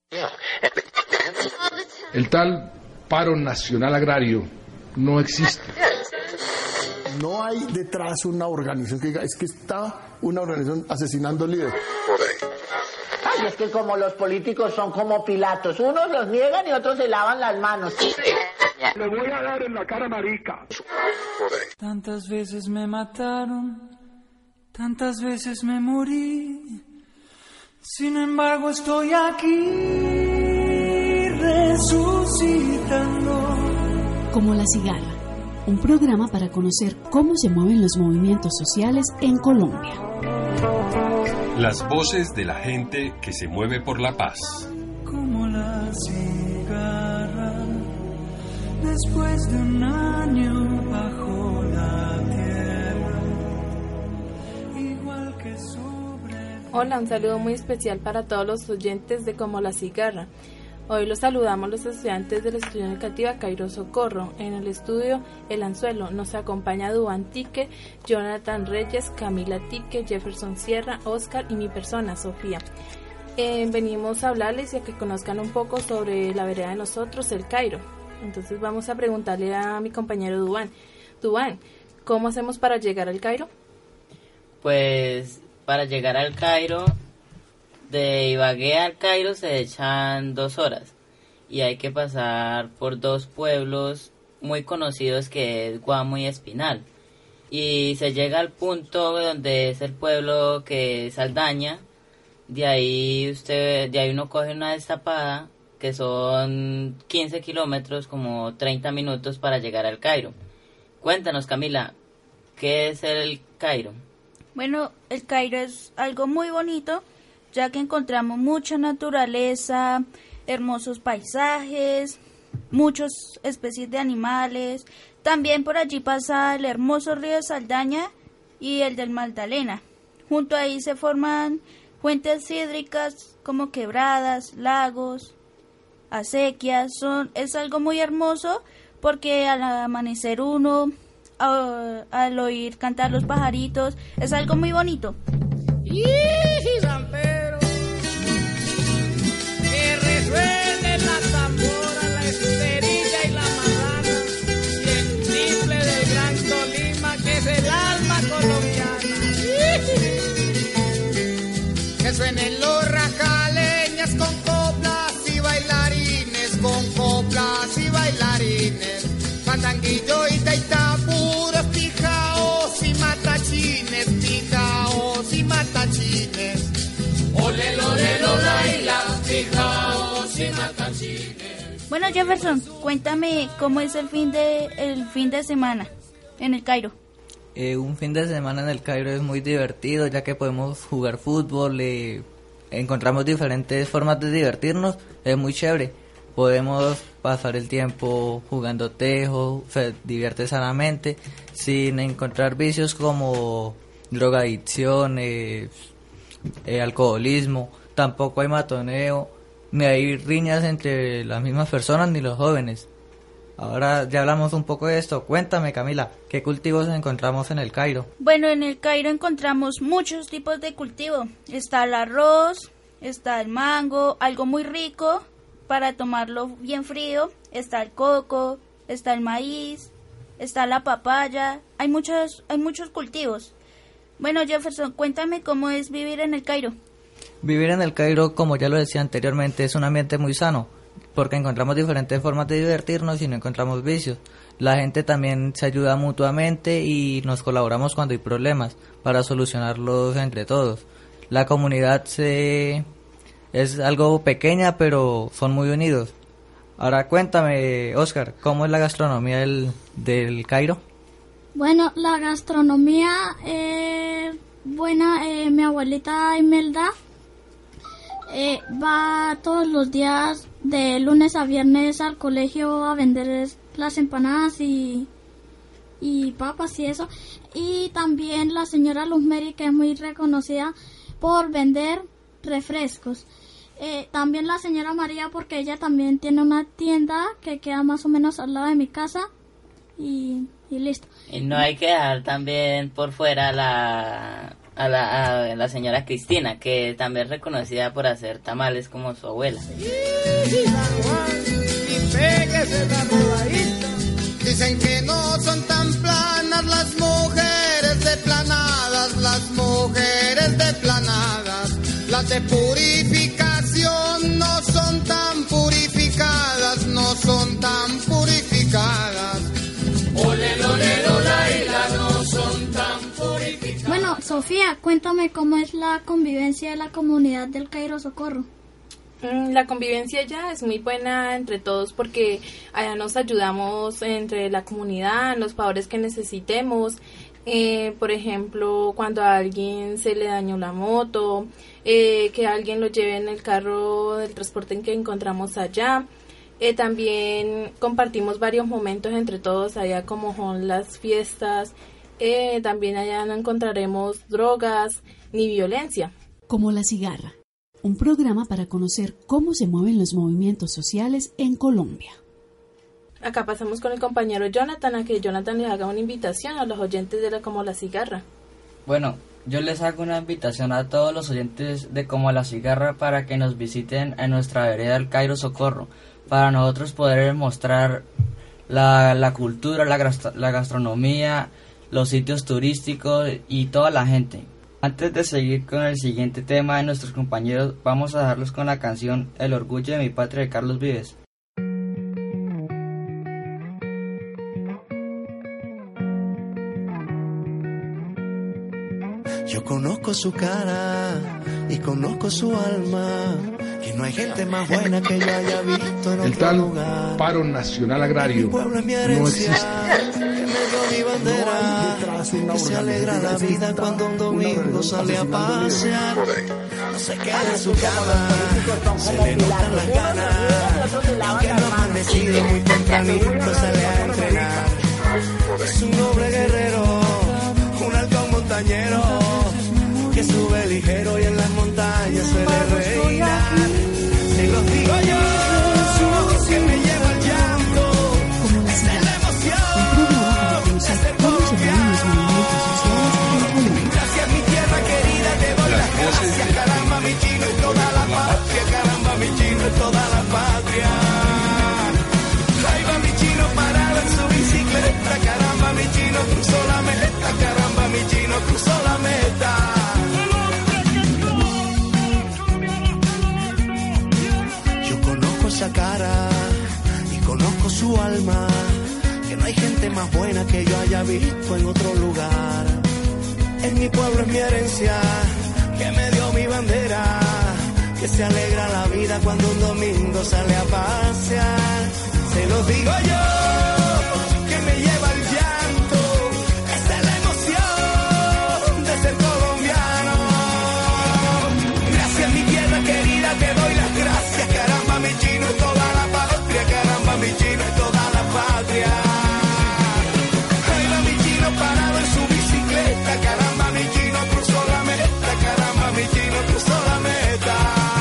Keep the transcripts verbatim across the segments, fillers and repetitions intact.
El tal paro nacional agrario no existe. No hay detrás una organización que diga, es que está una organización asesinando líderes. Ay, es que como los políticos son como Pilatos, unos los niegan y otros se lavan las manos. Le voy a dar en la cara marica. Tantas veces me mataron, tantas veces me morí, sin embargo estoy aquí resucitando. Como la cigarra, un programa para conocer cómo se mueven los movimientos sociales en Colombia. Las voces de la gente que se mueve por la paz. Como la cigarra, después de un año bajo la tierra, igual que sobre... Hola, un saludo muy especial para todos los oyentes de Como la cigarra. Hoy los saludamos los estudiantes de la institución educativa Cairo Socorro. En el estudio El Anzuelo nos acompaña Duván Tique, Jonathan Reyes, Camila Tique, Jefferson Sierra, Oscar y mi persona, Sofía. Eh, venimos a hablarles y a que conozcan un poco sobre la vereda de nosotros, el Cairo. Entonces vamos a preguntarle a mi compañero Duván. Duván, ¿cómo hacemos para llegar al Cairo? Pues para llegar al Cairo, de Ibagué al Cairo se echan dos horas y hay que pasar por dos pueblos muy conocidos que es Guamo y Espinal, y se llega al punto donde es el pueblo que es Saldaña. De ahí usted, de ahí uno coge una destapada que son quince kilómetros, como treinta minutos para llegar al Cairo. Cuéntanos, Camila, ¿qué es el Cairo? Bueno, el Cairo es algo muy bonito, ya que encontramos mucha naturaleza, hermosos paisajes, muchas especies de animales. También por allí pasa el hermoso río de Saldaña y el del Magdalena. Junto a ahí se forman fuentes hídricas como quebradas, lagos, acequias. Son, es algo muy hermoso porque al amanecer uno, a, al oír cantar los pajaritos, es algo muy bonito. ¡Y San Pedro! Que resuene la tambora, la esterilla y la marrana, y el triple del Gran Tolima, que es el alma colombiana. Que suenen los rajaleñas con coplas y bailarines, con coplas y bailarines, fandanguillo y taita, puros pijaos y matachines, pijaos y matachines. Ole, ole, laila, pijaos y matachines. Bueno, Jefferson, cuéntame cómo es el fin de el fin de semana en el Cairo. Eh, un fin de semana en el Cairo es muy divertido, ya que podemos jugar fútbol, eh, encontramos diferentes formas de divertirnos, es muy chévere. Podemos pasar el tiempo jugando tejo, se divierte sanamente, sin encontrar vicios como drogadicción, eh, eh, alcoholismo. Tampoco hay matoneo, ni hay riñas entre las mismas personas ni los jóvenes. Ahora ya hablamos un poco de esto. Cuéntame, Camila, ¿qué cultivos encontramos en el Cairo? Bueno, en el Cairo encontramos muchos tipos de cultivo. Está el arroz, está el mango, algo muy rico para tomarlo bien frío. Está el coco, está el maíz, está la papaya. Hay muchos, hay muchos cultivos. Bueno, Jefferson, cuéntame cómo es vivir en el Cairo. Vivir en el Cairo, como ya lo decía anteriormente, es un ambiente muy sano, porque encontramos diferentes formas de divertirnos y no encontramos vicios. La gente también se ayuda mutuamente y nos colaboramos cuando hay problemas para solucionarlos entre todos. La comunidad se... es algo pequeña, pero son muy unidos. Ahora cuéntame, Oscar, ¿cómo es la gastronomía del, del Cairo? Bueno, la gastronomía es buena. Eh, mi abuelita Imelda eh, va todos los días de lunes a viernes al colegio a vender las empanadas y, y papas y eso. Y también la señora Luz Mary, que es muy reconocida por vender refrescos. Eh, también la señora María, porque ella también tiene una tienda que queda más o menos al lado de mi casa. Y, y listo. Y no hay que dejar también por fuera la a la, a la señora Cristina, que también es reconocida por hacer tamales como su abuela. Dicen que no son tan planas las mujeres deplanadas, las mujeres deplanadas, las de purificación no son tan purificadas, no son tan purificadas. Ole, ole, ole, no son tan purificadas. Bueno, Sofía, cuéntame cómo es la convivencia de la comunidad del Cairo Socorro. La convivencia ya es muy buena entre todos porque allá nos ayudamos entre la comunidad en los favores que necesitemos. Eh, por ejemplo, cuando a alguien se le dañó la moto, eh, que alguien lo lleve en el carro del transporte en que encontramos allá. Eh, también compartimos varios momentos entre todos allá, como son las fiestas. Eh, también allá no encontraremos drogas ni violencia. Como la cigarra, un programa para conocer cómo se mueven los movimientos sociales en Colombia. Acá pasamos con el compañero Jonathan, a que Jonathan les haga una invitación a los oyentes de la Como la Cigarra. Bueno, yo les hago una invitación a todos los oyentes de Como la Cigarra para que nos visiten en nuestra vereda del Cairo Socorro, para nosotros poder mostrar la, la cultura, la, la gastronomía, los sitios turísticos y toda la gente. Antes de seguir con el siguiente tema de nuestros compañeros, vamos a dejarlos con la canción El orgullo de mi patria de Carlos Vives. Yo conozco su cara y conozco su alma, que no hay gente más buena que yo haya visto en El otro tal lugar. paro nacional agrario Mi pueblo es mi no herencia, existe. que me dio mi bandera, que se alegra la vida cuando un domingo sale a pasear. No se queda en su cama, se le notan las ganas, aunque no ha amanecido muy tempranito sale a entrenar. Es un noble guerrero, un halcón montañero, que sube ligero y en las montañas suele reinar. Se los digo yo, que me lleva el llanto, es la emoción de ser colombiano. Gracias mi tierra querida, te doy las gracias, caramba mi chino y toda la patria, caramba mi chino y toda la patria. Ahí va mi chino parado en su bicicleta, caramba mi chino cruzó la meta, caramba mi chino cruzó la meta. Yo conozco esa cara y conozco su alma, que no hay gente más buena que yo haya visto en otro lugar. En mi pueblo es mi herencia, que me dio mi bandera, que se alegra la vida cuando un domingo sale a pasear. Se los digo yo, que me lleva el llanto, esa es la emoción de ser colombiano. Gracias mi tierra querida, te doy las gracias, caramba mi chino y toda la patria, caramba mi chino y toda la patria. Ahí va mi chino parado en su bicicleta, caramba mi chino cruzó la meta, caramba mi chino cruzó la meta.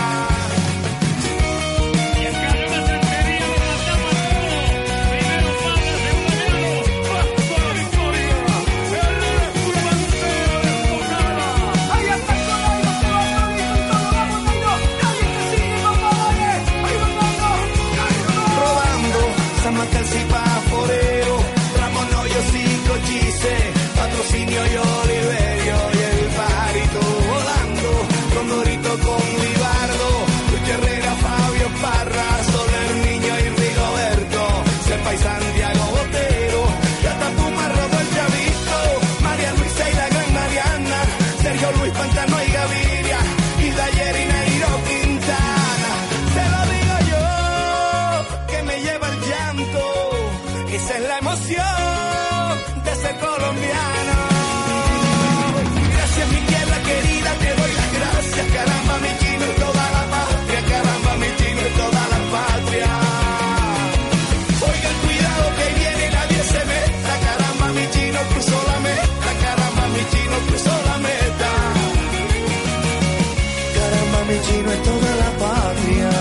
Macalcipa, Forero, Ramón Hoyos y Cochise, Patrocinio y Oliverio y el Pajarito volando, con Dorito, con Libardo, Lucho Herrera, Fabio Parra, Soler Niño y Rigoberto, Cepa y Santiago Botero, Gata Puma, Rodo el Chavito, María Luisa y la Gran Mariana, Sergio Luis Pantano y Gaviria, Isla Ayer y Nairo Quintana. Se lo digo yo, que me lleva el llanto, esa es la emoción de ser colombiano. Gracias mi tierra querida, te doy las gracias, caramba mi chino y toda la patria, caramba mi chino y toda la patria. Oigan cuidado que viene, nadie se meta, caramba mi chino cruzó la meta, caramba mi chino cruzó la meta. Caramba mi chino es toda la patria.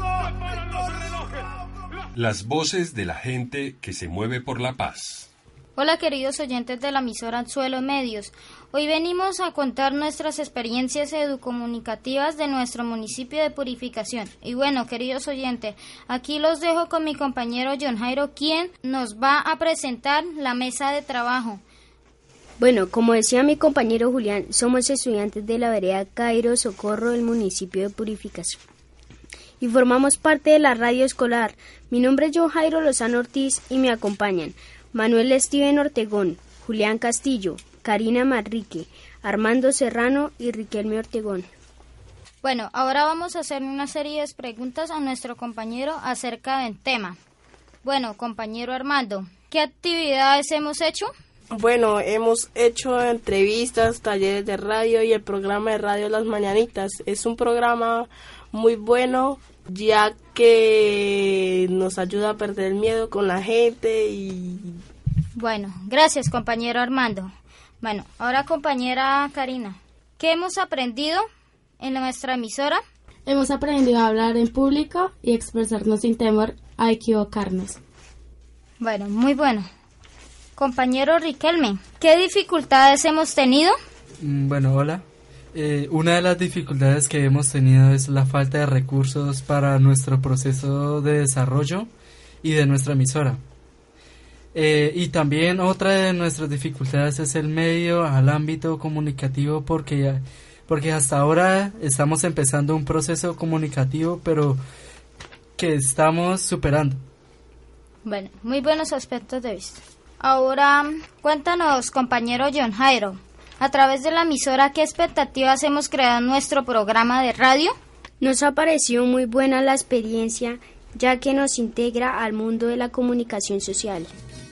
Las voces de la gente que se mueve por la paz. Hola queridos oyentes de la emisora Anzuelo Medios. Hoy venimos a contar nuestras experiencias educomunicativas de nuestro municipio de Purificación. Y bueno, queridos oyentes, aquí los dejo con mi compañero John Jairo, quien nos va a presentar la mesa de trabajo. Bueno, como decía mi compañero Julián, somos estudiantes de la vereda Cairo Socorro del municipio de Purificación y formamos parte de la radio escolar. Mi nombre es John Jairo Lozano Ortiz y me acompañan Manuel Steven Ortegón, Julián Castillo, Karina Manrique, Armando Serrano y Riquelme Ortegón. Bueno, ahora vamos a hacer una serie de preguntas a nuestro compañero acerca del tema. Bueno, compañero Armando, ¿qué actividades hemos hecho? Bueno, hemos hecho entrevistas, talleres de radio y el programa de radio Las Mañanitas. Es un programa muy bueno, ya que nos ayuda a perder el miedo con la gente y... Bueno, gracias compañero Armando. Bueno, ahora compañera Karina, ¿qué hemos aprendido en nuestra emisora? Hemos aprendido a hablar en público y expresarnos sin temor a equivocarnos. Bueno, muy bueno. Compañero Riquelme, ¿qué dificultades hemos tenido? Bueno, hola. Eh, una de las dificultades que hemos tenido es la falta de recursos para nuestro proceso de desarrollo y de nuestra emisora. Eh, y también otra de nuestras dificultades es el medio al ámbito comunicativo, porque, porque hasta ahora estamos empezando un proceso comunicativo, pero que estamos superando. Bueno, muy buenos aspectos de vista. Ahora, cuéntanos, compañero John Jairo, a través de la emisora, ¿qué expectativas hemos creado en nuestro programa de radio? Nos ha parecido muy buena la experiencia, ya que nos integra al mundo de la comunicación social.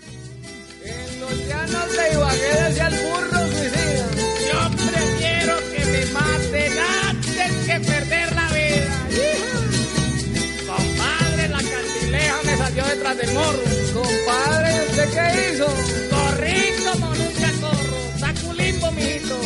En los llanos de Ibagué decía el burro suicida: yo prefiero que me maten antes que perder la vida. ¡Hija! Compadre, la candileja me salió detrás del morro. Compadre, ¿usted qué hizo? Corrí como nunca corro. Saculimbo, mijito.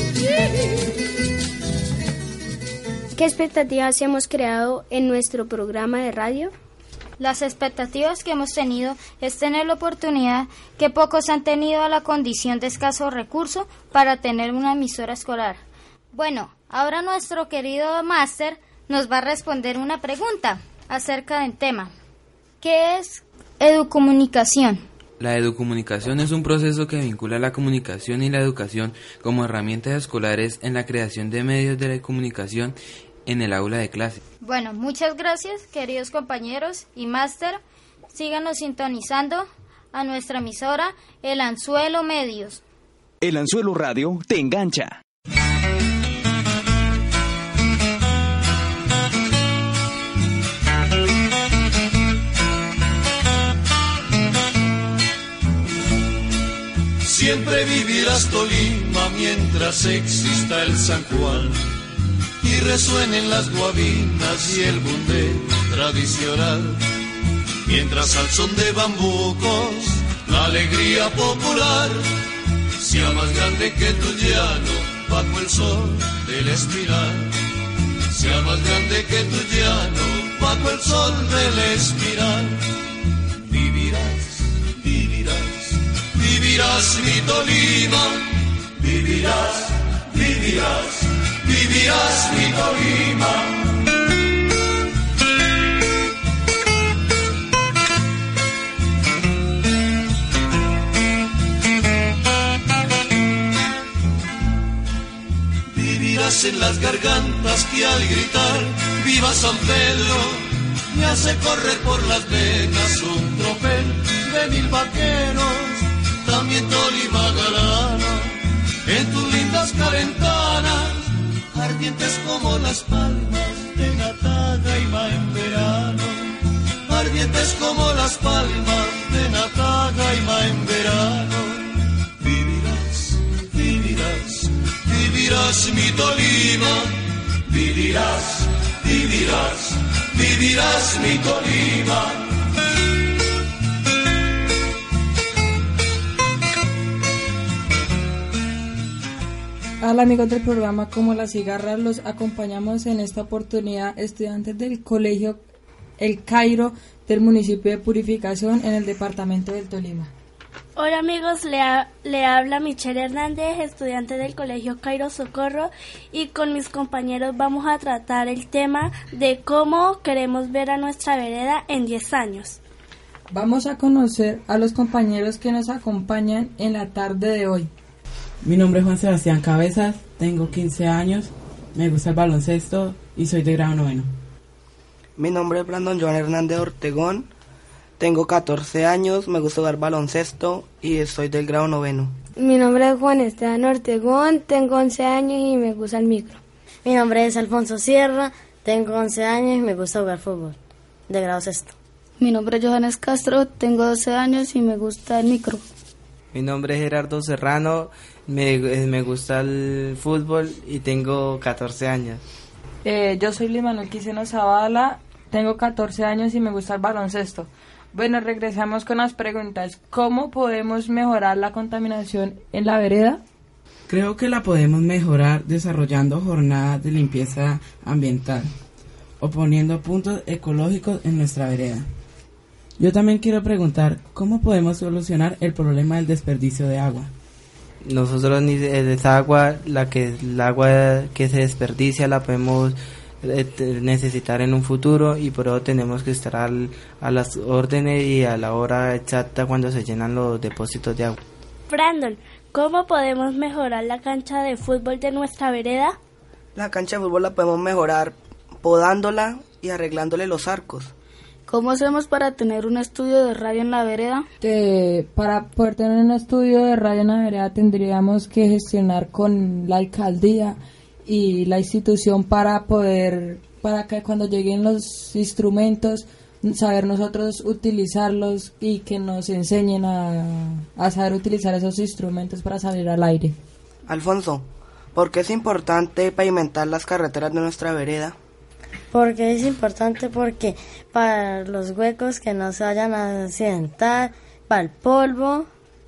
¿Qué expectativas hemos creado en nuestro programa de radio? Las expectativas que hemos tenido es tener la oportunidad que pocos han tenido a la condición de escaso recurso para tener una emisora escolar. Bueno, ahora nuestro querido máster nos va a responder una pregunta acerca del tema. ¿Qué es educomunicación? La educomunicación es un proceso que vincula la comunicación y la educación como herramientas escolares en la creación de medios de la comunicación en el aula de clase. Bueno, muchas gracias, queridos compañeros y máster. Síganos sintonizando a nuestra emisora El Anzuelo Medios. El Anzuelo Radio te engancha. Siempre vivirás Tolima mientras exista el San Juan y resuenen las guabinas y el bundé tradicional, mientras al son de bambucos la alegría popular sea más grande que tu llano bajo el sol del espiral, sea más grande que tu llano bajo el sol del espiral. Vivirás, vivirás, vivirás mi Tolima, vivirás, vivirás, vivirás mi Tolima. Vivirás en las gargantas que al gritar viva San Pedro me hace correr por las venas un tropel de mil vaqueros. También Tolima galana en tus lindas calentanas, ardientes como las palmas de Natagaima en verano, ardientes como las palmas de Natagaima en verano. Vivirás, vivirás, vivirás mi Tolima, vivirás, vivirás, vivirás mi Tolima. Hola amigos del programa Como la Cigarra, los acompañamos en esta oportunidad estudiantes del colegio El Cairo del municipio de Purificación en el departamento del Tolima. Hola amigos, le, ha, le habla Michelle Hernández, estudiante del Colegio Cairo Socorro, y con mis compañeros vamos a tratar el tema de cómo queremos ver a nuestra vereda en diez años. Vamos a conocer a los compañeros que nos acompañan en la tarde de hoy. Mi nombre es Juan Sebastián Cabezas, tengo quince años, me gusta el baloncesto y soy de grado noveno. Mi nombre es Brandon Joan Hernández Ortegón, tengo catorce años, me gusta jugar baloncesto y soy del grado noveno. Mi nombre es Juan Esteban Ortegón, tengo once años y me gusta el micro. Mi nombre es Alfonso Sierra, tengo once años y me gusta jugar fútbol, de grado sexto. Mi nombre es Johannes Castro, tengo doce años y me gusta el micro. Mi nombre es Gerardo Serrano, me, me gusta el fútbol y tengo catorce años. Eh, yo soy Luis Manuel Quiseno Zavala, tengo catorce años y me gusta el baloncesto. Bueno, regresamos con las preguntas. ¿Cómo podemos mejorar la contaminación en la vereda? Creo que la podemos mejorar desarrollando jornadas de limpieza ambiental o poniendo puntos ecológicos en nuestra vereda. Yo también quiero preguntar, ¿cómo podemos solucionar el problema del desperdicio de agua? Nosotros ni esa agua, la que el agua que se desperdicia la podemos necesitar en un futuro y por eso tenemos que estar al, a las órdenes y a la hora exacta cuando se llenan los depósitos de agua. Brandon, ¿cómo podemos mejorar la cancha de fútbol de nuestra vereda? La cancha de fútbol la podemos mejorar podándola y arreglándole los arcos. ¿Cómo hacemos para tener un estudio de radio en la vereda? Eh, para poder tener un estudio de radio en la vereda tendríamos que gestionar con la alcaldía y la institución para poder, para que cuando lleguen los instrumentos, saber nosotros utilizarlos y que nos enseñen a, a saber utilizar esos instrumentos para salir al aire. Alfonso, ¿por qué es importante pavimentar las carreteras de nuestra vereda? Porque es importante porque para los huecos que no se vayan a accidentar, para el polvo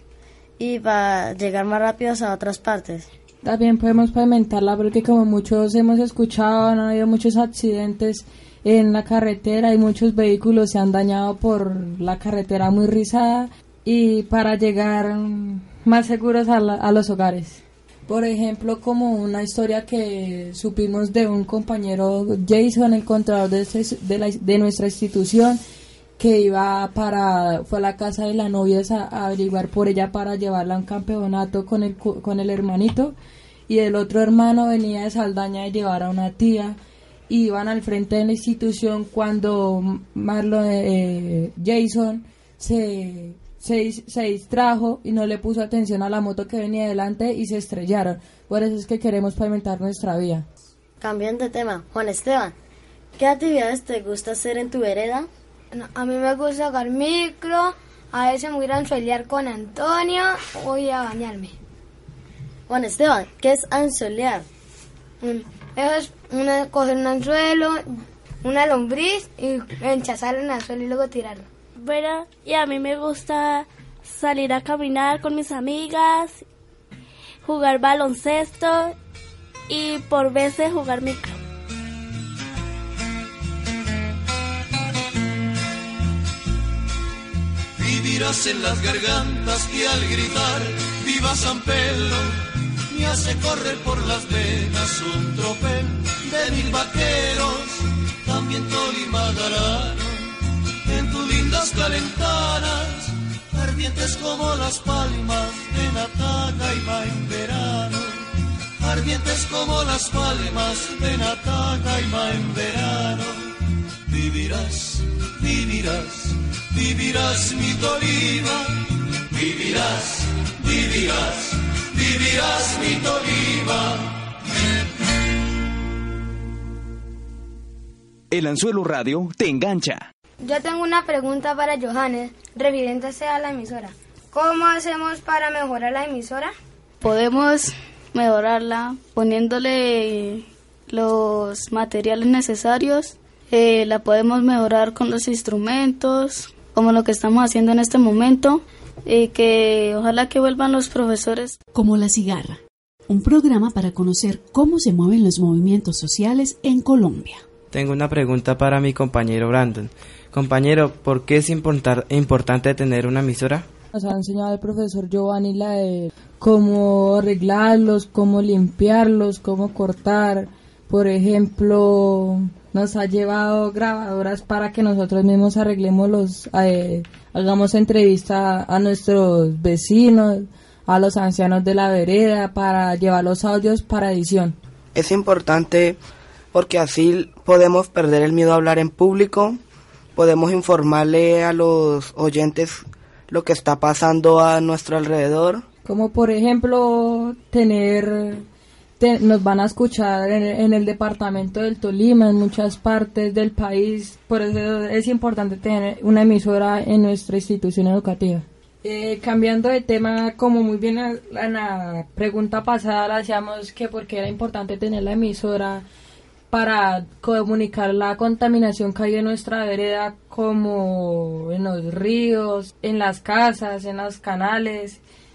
y para llegar más rápidos a otras partes. También podemos pavimentarla porque como muchos hemos escuchado, han habido muchos accidentes en la carretera y muchos vehículos se han dañado por la carretera muy rizada y para llegar más seguros a, la, a los hogares. Por ejemplo, como una historia que supimos de un compañero Jason, el contador de, este, de, la, de nuestra institución, que iba para fue a la casa de la novia a, a averiguar por ella para llevarla a un campeonato con el con el hermanito y el otro hermano venía de Saldaña de llevar a una tía y iban al frente de la institución cuando Marlon eh, Jason se, se se distrajo y no le puso atención a la moto que venía delante y se estrellaron. Por eso es que queremos pavimentar nuestra vía. Cambiando de tema, Juan Esteban, ¿qué actividades te gusta hacer en tu vereda? No, a mí me gusta jugar micro, a veces me voy a anzuelear con Antonio o ir a bañarme. Juan Esteban, ¿qué es anzuelear? Mm, eso es una, coger un anzuelo, una lombriz y enchazarlo en el anzuelo y luego tirarlo. Bueno, y a mí me gusta salir a caminar con mis amigas, jugar baloncesto y por veces jugar micro. Vivirás en las gargantas que al gritar viva San Pedro me hace correr por las venas un tropel de mil vaqueros, también Tolima Garano, en tus lindas calentanas, ardientes como las palmas de Natacaima en verano, ardientes como las palmas de Natacaima en verano, vivirás, vivirás. Vivirás mi Tolima, vivirás, vivirás, vivirás mi Tolima. El Anzuelo Radio te engancha. Yo tengo una pregunta para Johannes, referente a la emisora. ¿Cómo hacemos para mejorar la emisora? Podemos mejorarla poniéndole los materiales necesarios. Eh, la podemos mejorar con los instrumentos, como lo que estamos haciendo en este momento, y que ojalá que vuelvan los profesores. Como La Cigarra, un programa para conocer cómo se mueven los movimientos sociales en Colombia. Tengo una pregunta para mi compañero Brandon. Compañero, ¿por qué es importar, importante tener una emisora? Nos ha enseñado el profesor Giovanni la de cómo arreglarlos, cómo limpiarlos, cómo cortar. Por ejemplo, nos ha llevado grabadoras para que nosotros mismos arreglemos los, eh, hagamos entrevista a nuestros vecinos, a los ancianos de la vereda, para llevar los audios para edición. Es importante porque así podemos perder el miedo a hablar en público, podemos informarle a los oyentes lo que está pasando a nuestro alrededor. Como por ejemplo, tener, te, nos van a escuchar en, en el departamento del Tolima, en muchas partes del país, por eso es importante tener una emisora en nuestra institución educativa. Eh, cambiando de tema, como muy bien en la pregunta pasada la hacíamos que porque era importante tener la emisora para comunicar la contaminación que hay en nuestra vereda, como en los ríos, en las casas, en los canales.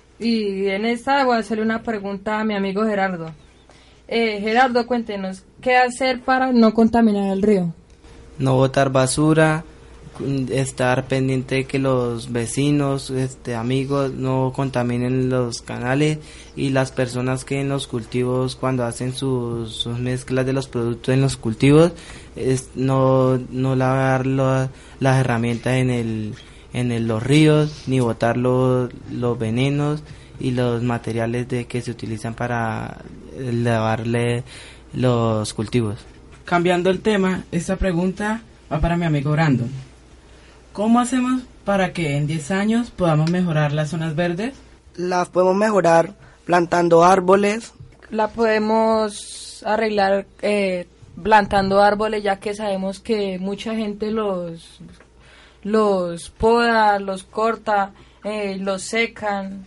Y en esta voy a hacerle una pregunta a mi amigo Gerardo. Eh, Gerardo, cuéntenos, ¿qué hacer para no contaminar el río? No botar basura, estar pendiente de que los vecinos, este, amigos no contaminen los canales, y las personas que en los cultivos cuando hacen sus, sus mezclas de los productos en los cultivos es no no lavar lo, las herramientas en el en el, los ríos, ni botar los, los venenos y los materiales de que se utilizan para lavarle los cultivos. Cambiando el tema, esta pregunta va para mi amigo Brandon. ¿Cómo hacemos para que en diez años podamos mejorar las zonas verdes? Las podemos mejorar plantando árboles. La podemos arreglar eh, plantando árboles, ya que sabemos que mucha gente los, los poda, los corta, eh, los secan.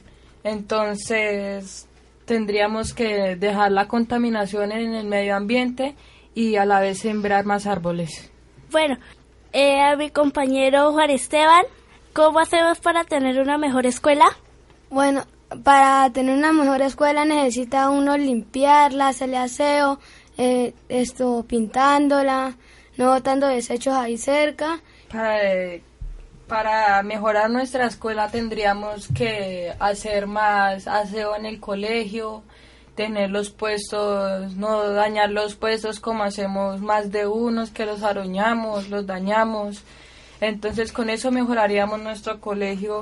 Entonces tendríamos que dejar la contaminación en el medio ambiente y a la vez sembrar más árboles. Bueno, Eh, a mi compañero Juan Esteban, ¿cómo hacemos para tener una mejor escuela? Bueno, para tener una mejor escuela necesita uno limpiarla, hacerle aseo, eh, esto pintándola, no botando desechos ahí cerca. Para, eh, para mejorar nuestra escuela tendríamos que hacer más aseo en el colegio, tener los puestos, no dañar los puestos como hacemos más de unos, que los aruñamos, los dañamos. Entonces con eso mejoraríamos nuestro colegio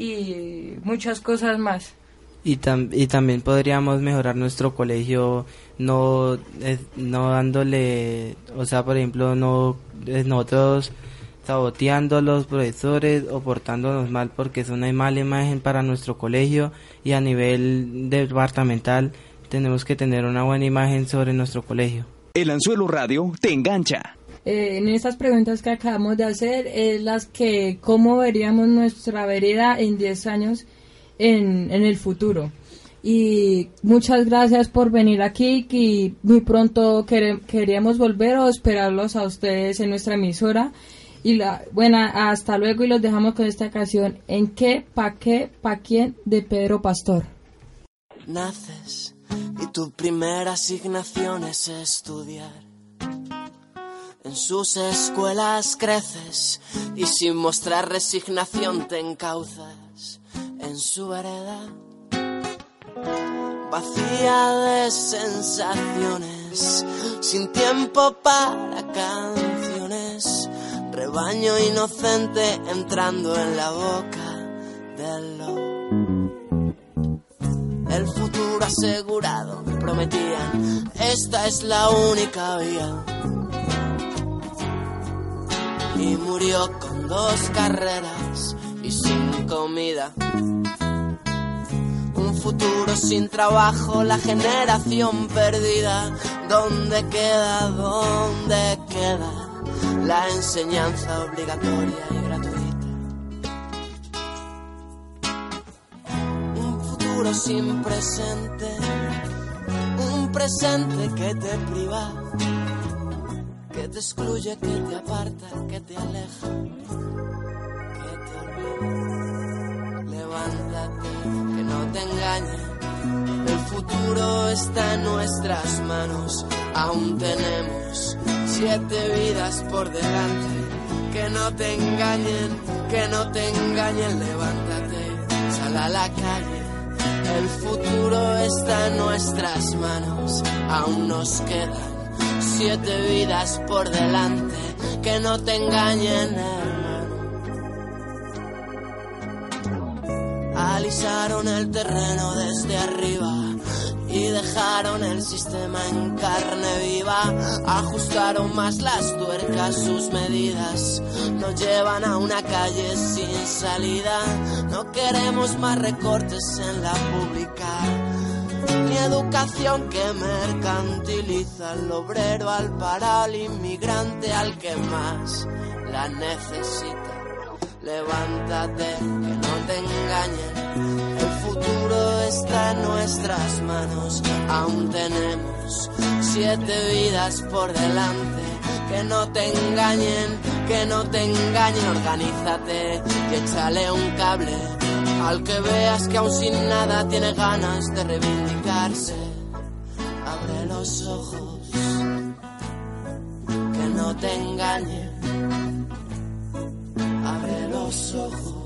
y muchas cosas más. Y, tam y también podríamos mejorar nuestro colegio no, eh, no dándole, o sea, por ejemplo, no eh, nosotros saboteando a los profesores o portándonos mal, porque es una mala imagen para nuestro colegio, y a nivel departamental tenemos que tener una buena imagen sobre nuestro colegio. El Anzuelo Radio te engancha. Eh, en estas preguntas que acabamos de hacer es las que cómo veríamos nuestra vereda en diez años en, en el futuro. Y muchas gracias por venir aquí, y muy pronto quere, queríamos volver o esperarlos a ustedes en nuestra emisora. Y la buena, hasta luego, y los dejamos con esta canción ¿En qué, pa' qué, pa' quién? De Pedro Pastor. Naces y tu primera asignación es estudiar. En sus escuelas creces y sin mostrar resignación te encauzas en su vereda. Vacía de sensaciones, sin tiempo para canciones. Rebaño inocente entrando en la boca del lobo. El futuro asegurado, me prometían, esta es la única vía. Y murió con dos carreras y sin comida. Un futuro sin trabajo, la generación perdida. ¿Dónde queda, dónde queda la enseñanza obligatoria y gratuita? Sin presente, un presente que te priva, que te excluye, que te aparta, que te aleja, que te olvida. Levántate, que no te engañe, el futuro está en nuestras manos. Aún tenemos siete vidas por delante. Que no te engañen, que no te engañen, levántate. a la calle, el futuro está en nuestras manos, aún nos quedan siete vidas por delante, que no te engañen, hermano. Alisaron el terreno desde arriba y dejaron el sistema en carne viva. Ajustaron más las tuercas, sus medidas nos llevan a una calle sin salida. No queremos más recortes en la pública, ni educación que mercantiliza al obrero, al parado, al inmigrante, al que más la necesita. Levántate, que no te engañen, el futuro está en nuestras manos, aún tenemos siete vidas por delante. Que no te engañen, que no te engañen, organízate y échale un cable al que veas que aún sin nada tiene ganas de reivindicarse. Abre los ojos, que no te engañen. Abre los ojos.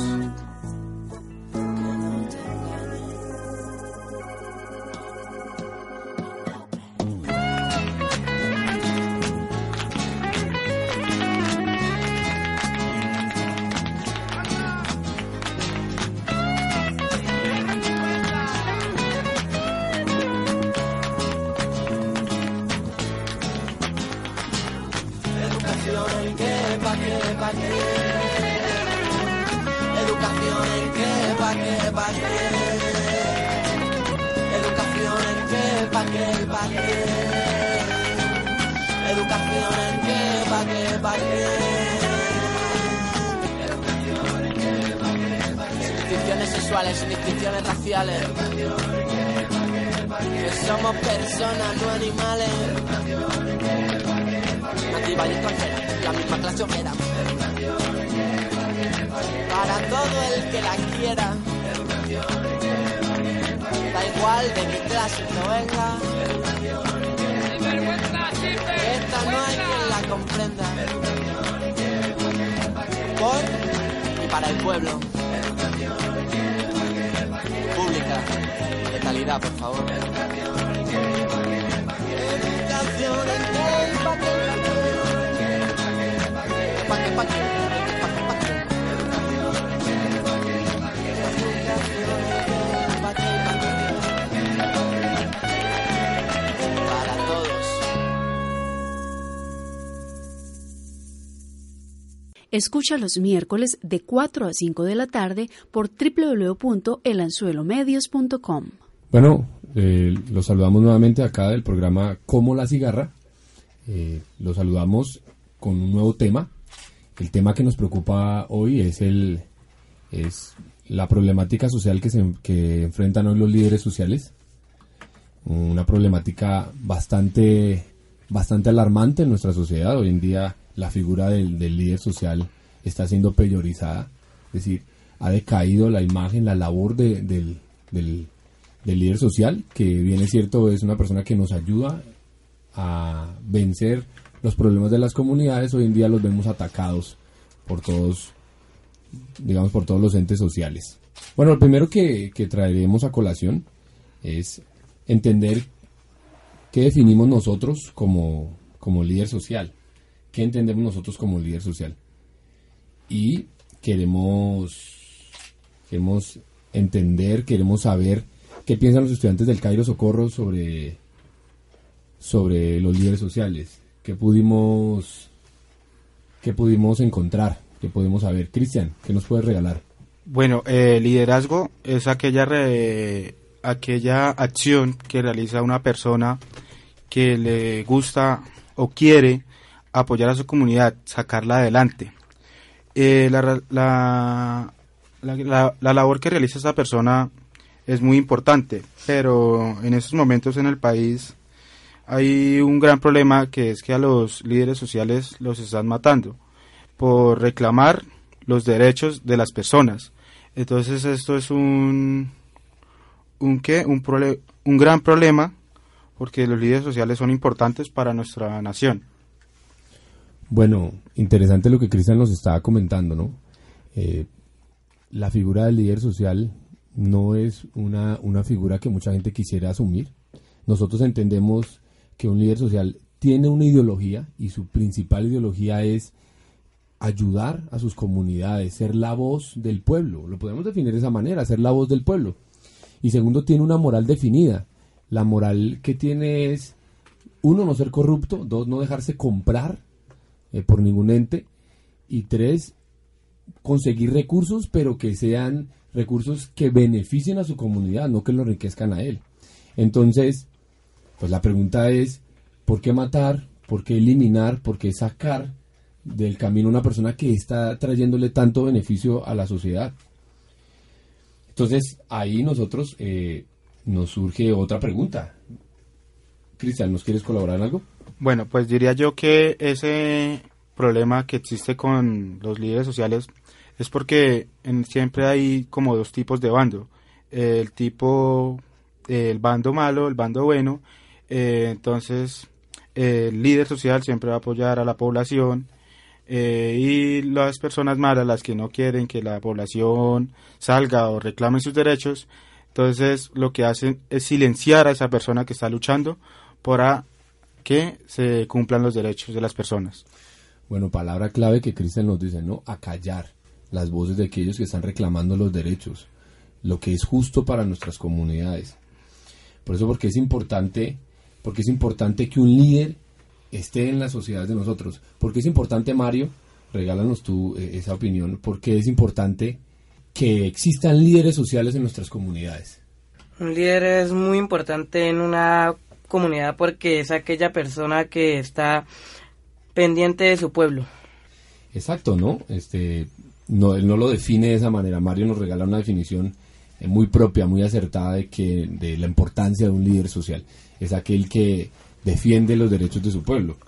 Distinciones sexuales, sin distinciones raciales, que somos personas, no animales. Nativa y extranjera, la misma clase obrera, para todo el que la quiera. Da igual de qué clase provenga, esta no hay quien la comprenda. Por y para el pueblo. Pública, de calidad, por favor. Educación en qué, pa' qué, pa' qué, pa' qué, para todos. Escucha los miércoles de cuatro a cinco de la tarde por doble u doble u doble u punto el anzuelo medios punto com. Bueno, eh, los saludamos nuevamente acá del programa Como la Cigarra. Eh, los saludamos con un nuevo tema. El tema que nos preocupa hoy es el es la problemática social que, se, que enfrentan hoy los líderes sociales. Una problemática bastante, bastante alarmante en nuestra sociedad. Hoy en día la figura del, del líder social está siendo peyorizada, es decir, ha decaído la imagen, la labor de, del, del, del líder social, que bien es cierto, es una persona que nos ayuda a vencer los problemas de las comunidades. Hoy en día los vemos atacados por todos, digamos, por todos los entes sociales. Bueno, lo primero que, que traeremos a colación es entender qué definimos nosotros como, como líder social. ¿Qué entendemos nosotros como líder social? Y queremos, queremos entender, queremos saber qué piensan los estudiantes del Cairo Socorro sobre, sobre los líderes sociales. ¿Qué pudimos, qué pudimos encontrar? ¿Qué pudimos saber? Cristian, ¿qué nos puedes regalar? Bueno, eh, liderazgo es aquella, re, aquella acción que realiza una persona que le gusta o quiere apoyar a su comunidad, sacarla adelante. Eh, la, la, la, la, la labor que realiza esta persona es muy importante, pero en estos momentos en el país hay un gran problema, que es que a los líderes sociales los están matando por reclamar los derechos de las personas. Entonces esto es un un qué un prole, un gran problema, porque los líderes sociales son importantes para nuestra nación. Bueno, interesante lo que Cristian nos estaba comentando, ¿no? Eh, la figura del líder social no es una, una figura que mucha gente quisiera asumir. Nosotros entendemos que un líder social tiene una ideología y su principal ideología es ayudar a sus comunidades, ser la voz del pueblo. Lo podemos definir de esa manera, ser la voz del pueblo. Y segundo, tiene una moral definida. La moral que tiene es, uno, no ser corrupto, dos, no dejarse comprar eh, por ningún ente, y tres, conseguir recursos, pero que sean recursos que beneficien a su comunidad, no que lo enriquezcan a él. Entonces, pues la pregunta es, ¿por qué matar? ¿Por qué eliminar? ¿Por qué sacar del camino a una persona que está trayéndole tanto beneficio a la sociedad? Entonces, ahí nosotros eh, nos surge otra pregunta. Cristian, ¿nos quieres colaborar en algo? Bueno, pues diría yo que ese problema que existe con los líderes sociales es porque en, siempre hay como dos tipos de bando. El tipo, eh, el bando malo, el bando bueno. Eh, entonces, eh, el líder social siempre va a apoyar a la población. Eh, y las personas malas, las que no quieren que la población salga o reclamen sus derechos, entonces lo que hacen es silenciar a esa persona que está luchando para que se cumplan los derechos de las personas. Bueno, palabra clave que Cristian nos dice, ¿no? Acallar las voces de aquellos que están reclamando los derechos, lo que es justo para nuestras comunidades. Por eso, porque es importante, porque es importante que un líder esté en la sociedad de nosotros. Porque es importante, Mario, regálanos tú eh, esa opinión, porque es importante que existan líderes sociales en nuestras comunidades. Un líder es muy importante en una comunidad porque es aquella persona que está pendiente de su pueblo. Exacto, ¿no? Este, no, él no lo define de esa manera. Mario nos regala una definición eh, muy propia, muy acertada de que de la importancia de un líder social. Es aquel que defiende los derechos de su pueblo.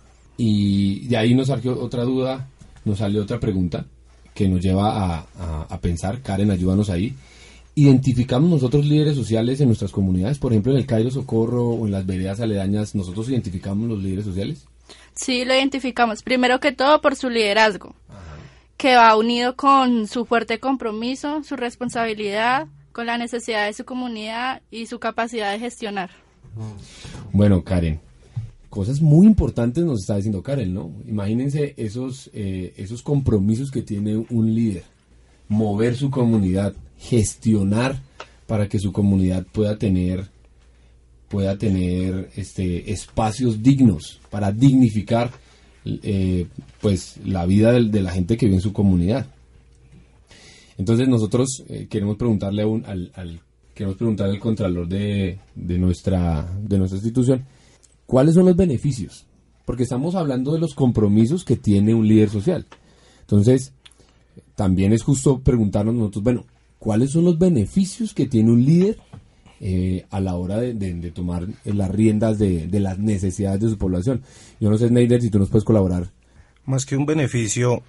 Y de ahí nos salió otra duda, nos salió otra pregunta que nos lleva a, a, a pensar. Karen, ayúdanos ahí. ¿Identificamos nosotros líderes sociales en nuestras comunidades? Por ejemplo, en el Cairo Socorro o en las veredas aledañas, ¿nosotros identificamos los líderes sociales? Sí, lo identificamos. Primero que todo por su liderazgo, Ajá. que va unido con su fuerte compromiso, su responsabilidad, con la necesidad de su comunidad y su capacidad de gestionar. Bueno, Karen, cosas muy importantes nos está diciendo Karen, ¿no? Imagínense esos, eh, esos compromisos que tiene un líder. Mover su comunidad, gestionar para que su comunidad pueda tener pueda tener este espacios dignos para dignificar eh, pues la vida de, de la gente que vive en su comunidad. Entonces nosotros eh, queremos preguntarle a un, al, al queremos preguntarle al contralor de, de nuestra de nuestra institución cuáles son los beneficios, porque estamos hablando de los compromisos que tiene un líder social. Entonces también es justo preguntarnos nosotros, bueno, ¿cuáles son los beneficios que tiene un líder eh, a la hora de, de, de tomar las riendas de, de las necesidades de su población? Yo no sé, Neider, si tú nos puedes colaborar. Más que un beneficio,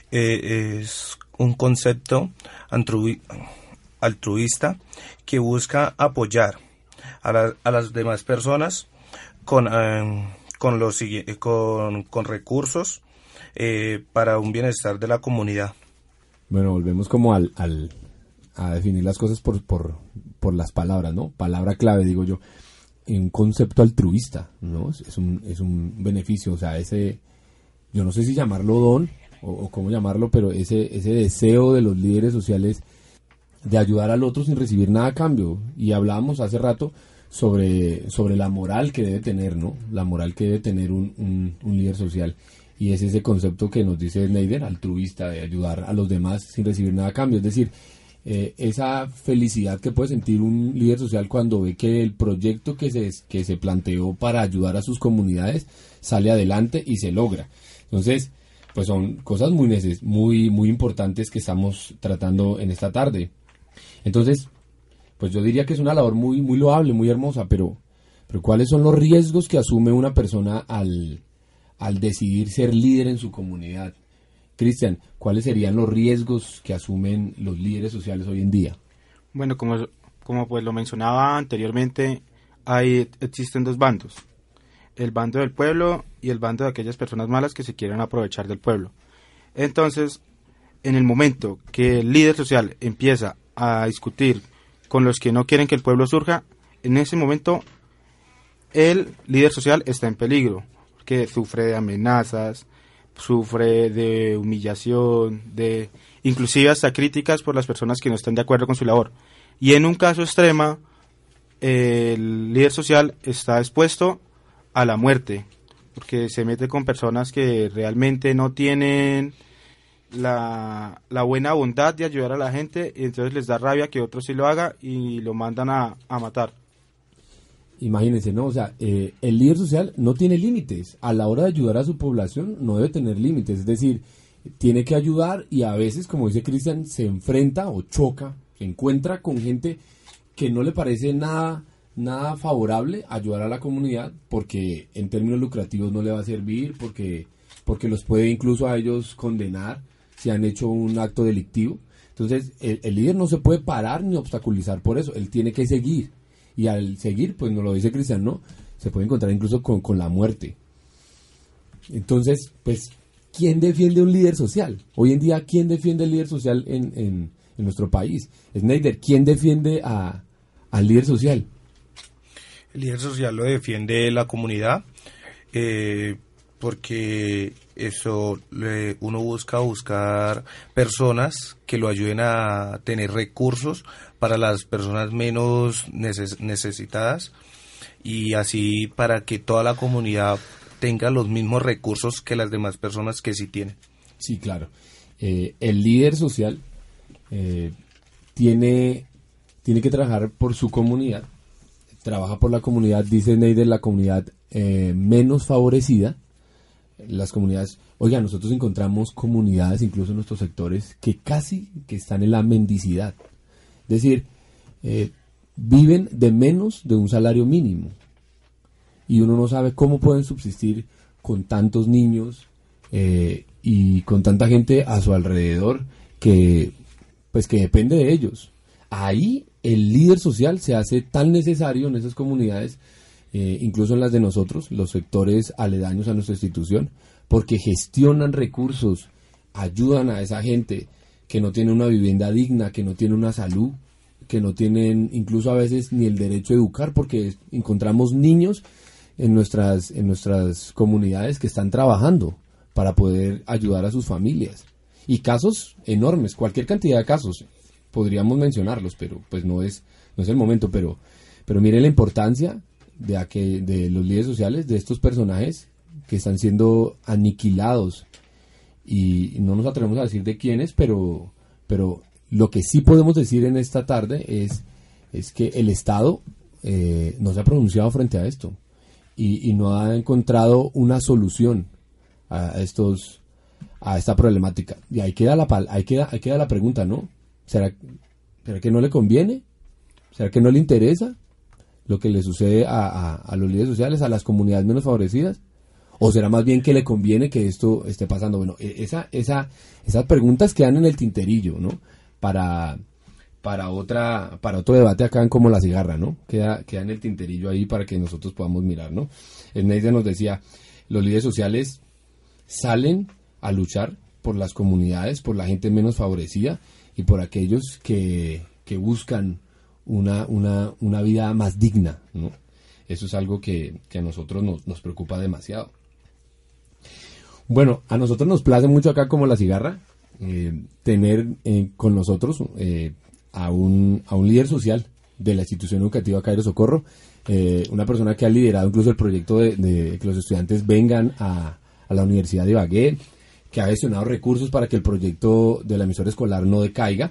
eh, es un concepto altru- altruista que busca apoyar a, la, a las demás personas con, eh, con, los, con, con recursos eh, para un bienestar de la comunidad. Bueno, volvemos como al, al a definir las cosas por, por, por las palabras, ¿no? Palabra clave, digo yo, un concepto altruista, ¿no? Es un, es un beneficio, o sea, ese, yo no sé si llamarlo don o, o cómo llamarlo, pero ese, ese deseo de los líderes sociales de ayudar al otro sin recibir nada a cambio. Y hablábamos hace rato sobre, sobre la moral que debe tener, ¿no? La moral que debe tener un, un, un líder social. Y es ese concepto que nos dice Neider, altruista, de ayudar a los demás sin recibir nada a cambio. Es decir, eh, esa felicidad que puede sentir un líder social cuando ve que el proyecto que se, que se planteó para ayudar a sus comunidades sale adelante y se logra. Entonces, pues son cosas muy, neces- muy, muy importantes que estamos tratando en esta tarde. Entonces, pues yo diría que es una labor muy, muy loable, muy hermosa, pero, pero ¿cuáles son los riesgos que asume una persona al... al decidir ser líder en su comunidad? Cristian, ¿cuáles serían los riesgos que asumen los líderes sociales hoy en día? Bueno, como, como pues lo mencionaba anteriormente, hay, existen dos bandos. El bando del pueblo y el bando de aquellas personas malas que se quieren aprovechar del pueblo. Entonces, en el momento que el líder social empieza a discutir con los que no quieren que el pueblo surja, en ese momento el líder social está en peligro, porque sufre de amenazas, sufre de humillación, de inclusive hasta críticas por las personas que no están de acuerdo con su labor. Y en un caso extremo, el líder social está expuesto a la muerte, porque se mete con personas que realmente no tienen la, la buena bondad de ayudar a la gente, y entonces les da rabia que otro sí lo haga y lo mandan a, a matar. Imagínense, ¿no? O sea, eh, el líder social no tiene límites. A la hora de ayudar a su población no debe tener límites. Es decir, tiene que ayudar y a veces, como dice Cristian, se enfrenta o choca, se encuentra con gente que no le parece nada, nada favorable ayudar a la comunidad, porque en términos lucrativos no le va a servir, porque, porque los puede incluso a ellos condenar si han hecho un acto delictivo. Entonces, el, el líder no se puede parar ni obstaculizar por eso. Él tiene que seguir. Y al seguir, pues nos lo dice Cristian, ¿no? Se puede encontrar incluso con, con la muerte. Entonces, pues, ¿quién defiende un líder social? Hoy en día, ¿quién defiende el líder social en, en, en nuestro país? Schneider, ¿quién defiende a, al líder social? El líder social lo defiende la comunidad, eh, porque eso le, uno busca buscar personas que lo ayuden a tener recursos para las personas menos neces- necesitadas, y así para que toda la comunidad tenga los mismos recursos que las demás personas que sí tienen. Sí, claro. Eh, el líder social eh, tiene, tiene que trabajar por su comunidad, trabaja por la comunidad, dice Neider, la comunidad eh, menos favorecida. Las comunidades, oiga, nosotros encontramos comunidades, incluso en nuestros sectores, que casi que están en la mendicidad. Es decir, eh, viven de menos de un salario mínimo. Y uno no sabe cómo pueden subsistir con tantos niños eh, y con tanta gente a su alrededor que, pues, que depende de ellos. Ahí el líder social se hace tan necesario en esas comunidades, eh, incluso en las de nosotros, los sectores aledaños a nuestra institución, porque gestionan recursos, ayudan a esa gente que no tiene una vivienda digna, que no tiene una salud, que no tienen incluso a veces ni el derecho a educar, porque encontramos niños en nuestras, en nuestras comunidades que están trabajando para poder ayudar a sus familias. Y casos enormes, cualquier cantidad de casos, podríamos mencionarlos, pero pues no es, no es el momento, pero, pero miren la importancia de, a que, de los líderes sociales, de estos personajes que están siendo aniquilados. Y no nos atrevemos a decir de quiénes, pero, pero lo que sí podemos decir en esta tarde es, es que el Estado eh, no se ha pronunciado frente a esto y, y no ha encontrado una solución a estos a esta problemática. Y ahí queda la ahí queda, ahí queda la pregunta, ¿no? ¿Será, ¿Será que no le conviene? ¿Será que no le interesa lo que le sucede a, a, a los líderes sociales, a las comunidades menos favorecidas? ¿O será más bien que le conviene que esto esté pasando? Bueno, esa, esa, esas preguntas quedan en el tinterillo, ¿no? Para, para, otra, para otro debate acá en Como la Cigarra, ¿no? Queda, queda en el tinterillo ahí para que nosotros podamos mirar, ¿no? Schneider nos decía, los líderes sociales salen a luchar por las comunidades, por la gente menos favorecida y por aquellos que, que buscan una, una, una vida más digna, ¿no? Eso es algo que, que a nosotros nos, nos preocupa demasiado. Bueno, a nosotros nos place mucho acá Como la Cigarra eh, tener eh, con nosotros eh, a, un, a un líder social de la institución educativa Cairo Socorro, eh, una persona que ha liderado incluso el proyecto de, de que los estudiantes vengan a, a la Universidad de Ibagué, que ha gestionado recursos para que el proyecto de la emisora escolar no decaiga,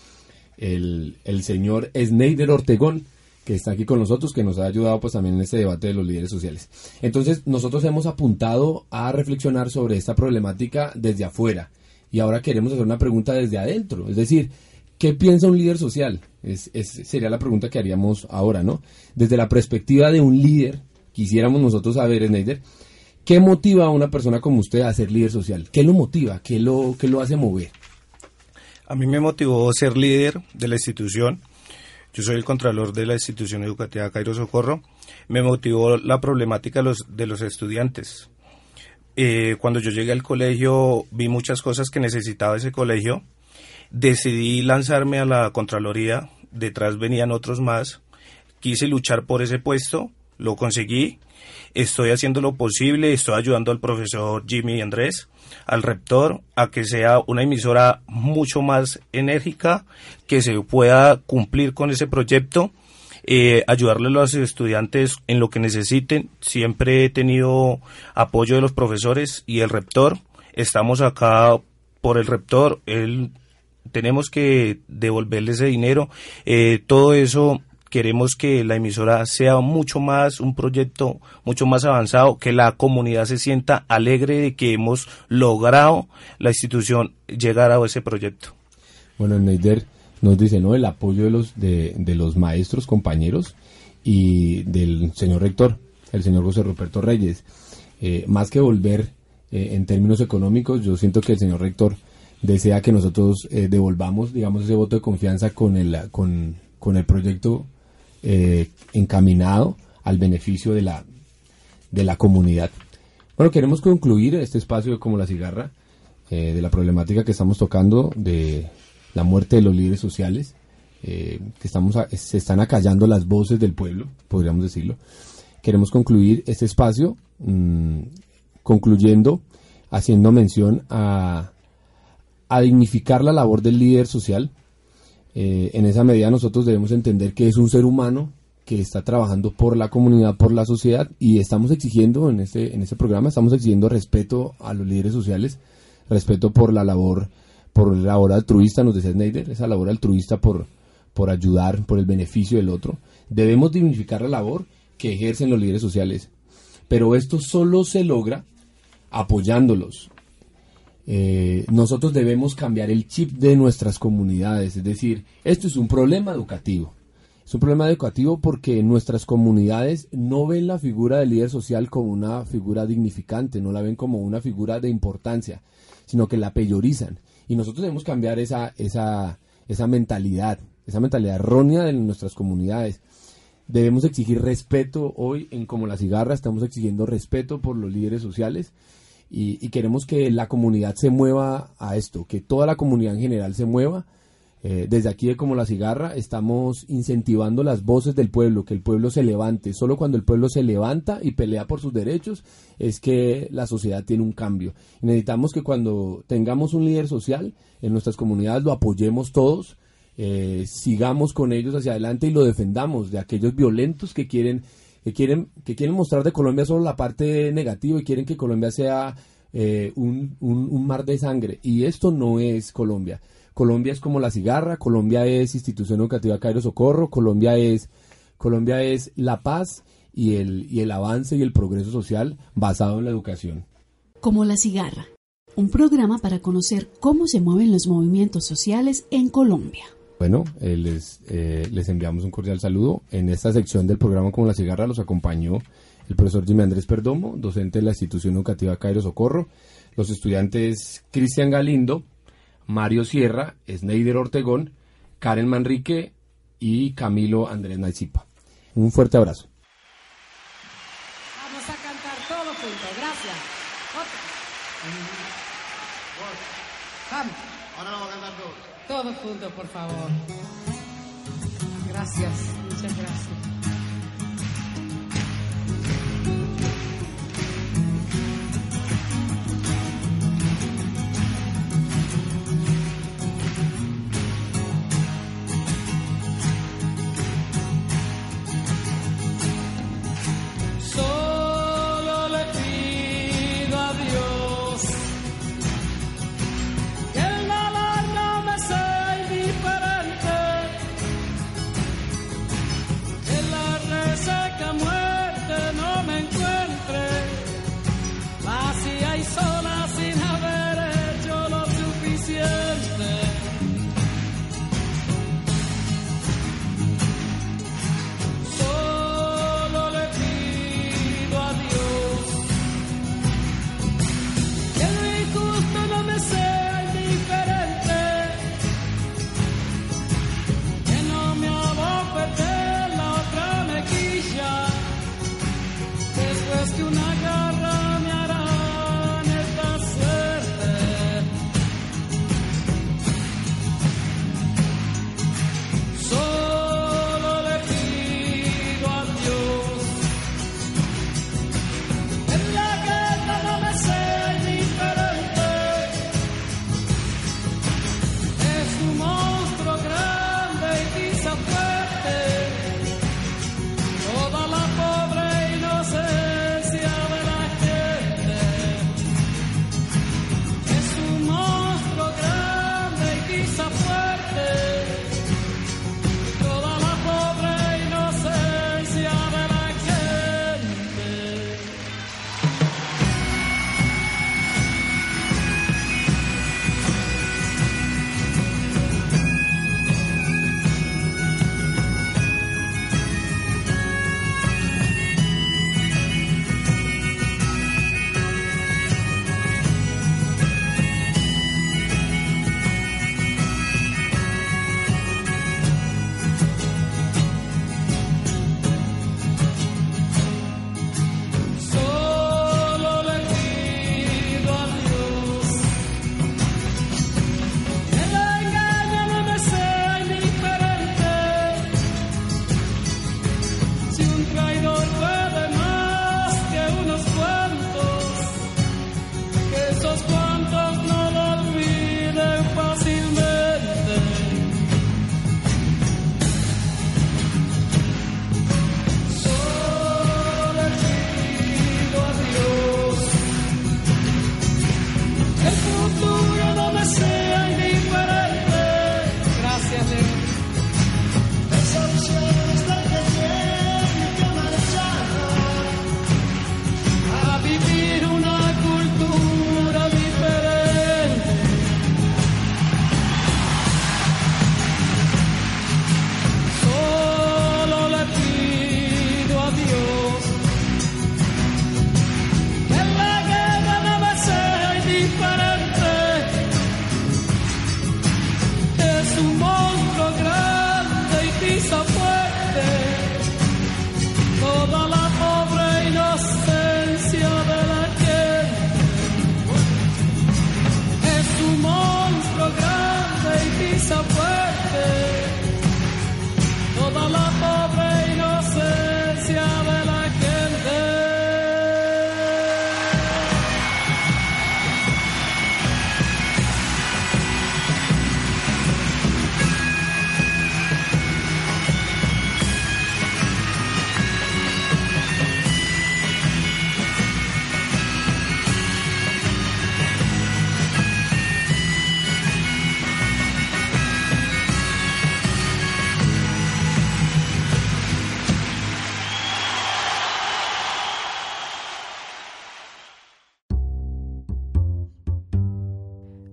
el, el señor Schneider Ortegón, que está aquí con nosotros, que nos ha ayudado pues también en este debate de los líderes sociales. Entonces, nosotros hemos apuntado a reflexionar sobre esta problemática desde afuera, y ahora queremos hacer una pregunta desde adentro, es decir, ¿qué piensa un líder social? Es, es, sería la pregunta que haríamos ahora, ¿no? Desde la perspectiva de un líder, quisiéramos nosotros saber, Schneider, ¿qué motiva a una persona como usted a ser líder social? ¿Qué lo motiva? ¿Qué lo, qué lo hace mover? A mí me motivó ser líder de la institución. Yo soy el contralor de la institución educativa Cairo Socorro. Me motivó la problemática de los, de los estudiantes. Eh, cuando yo llegué al colegio vi muchas cosas que necesitaba ese colegio. Decidí lanzarme a la Contraloría detrás venían otros más. Quise luchar por ese puesto, lo conseguí, estoy haciendo lo posible, estoy ayudando al profesor Jimmy Andrés, al rector, a que sea una emisora mucho más enérgica, que se pueda cumplir con ese proyecto, eh, ayudarle a los estudiantes en lo que necesiten. Siempre he tenido apoyo de los profesores y el rector. Estamos acá por el rector, él, tenemos que devolverle ese dinero, eh, todo eso. Queremos que la emisora sea mucho más, un proyecto mucho más avanzado, que la comunidad se sienta alegre de que hemos logrado la institución llegar a ese proyecto. Bueno, Neider nos dice, ¿no?, el apoyo de los de, de los maestros, compañeros, y del señor rector, el señor José Ruperto Reyes. Eh, más que volver eh, en términos económicos, yo siento que el señor rector desea que nosotros eh, devolvamos, digamos, ese voto de confianza con el, con, con el proyecto Eh, encaminado al beneficio de la de la comunidad. Bueno, queremos concluir este espacio de Como la Cigarra, eh, de la problemática que estamos tocando, de la muerte de los líderes sociales, eh, que estamos a, se están acallando las voces del pueblo, podríamos decirlo. Queremos concluir este espacio mmm, concluyendo, haciendo mención a, a dignificar la labor del líder social. Eh, en esa medida nosotros debemos entender que es un ser humano que está trabajando por la comunidad, por la sociedad, y estamos exigiendo en este, en este programa, estamos exigiendo respeto a los líderes sociales, respeto por la labor, por la labor altruista, nos decía Neider, esa labor altruista por, por ayudar, por el beneficio del otro. Debemos dignificar la labor que ejercen los líderes sociales, pero esto solo se logra apoyándolos. Eh, nosotros debemos cambiar el chip de nuestras comunidades, es decir, esto es un problema educativo, es un problema educativo porque nuestras comunidades no ven la figura del líder social como una figura dignificante, no la ven como una figura de importancia, sino que la peyorizan, y nosotros debemos cambiar esa, esa, esa mentalidad, esa mentalidad errónea de nuestras comunidades. Debemos exigir respeto. Hoy en Como la Cigarra estamos exigiendo respeto por los líderes sociales. Y, y queremos que la comunidad se mueva a esto, que toda la comunidad en general se mueva. Eh, desde aquí de Como la Cigarra estamos incentivando las voces del pueblo, que el pueblo se levante. Solo cuando el pueblo se levanta y pelea por sus derechos es que la sociedad tiene un cambio. Y necesitamos que cuando tengamos un líder social en nuestras comunidades lo apoyemos todos, eh, sigamos con ellos hacia adelante y lo defendamos de aquellos violentos que quieren que quieren que quieren mostrar de Colombia solo la parte negativa y quieren que Colombia sea eh, un, un, un mar de sangre. Y esto no es Colombia. Colombia es Como la Cigarra, Colombia es Institución Educativa Cairo Socorro, Colombia es Colombia es la paz y el, y el avance y el progreso social basado en la educación. Como la Cigarra, un programa para conocer cómo se mueven los movimientos sociales en Colombia. Bueno, eh, les, eh, les enviamos un cordial saludo. En esta sección del programa Como la Cigarra los acompañó el profesor Jimmy Andrés Perdomo, docente de la Institución Educativa Cairo Socorro, los estudiantes Cristian Galindo, Mario Sierra, Sneider Ortegón, Karen Manrique y Camilo Andrés Naisipa. Un fuerte abrazo. Vamos a cantar todos juntos, gracias. Vamos. Ahora lo vamos a cantar todos. Todos juntos, por favor. Gracias, muchas gracias. Solo le pido a Dios que en la larga me sea indiferente, que la reseca muerte no me encuentre vacía y sola sin haber hecho lo suficiente. Solo le pido a Dios que lo injusto no me sea indiferente, que no me haga perder la otra mejilla, después que una garra me arañe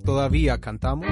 Todavía cantamos.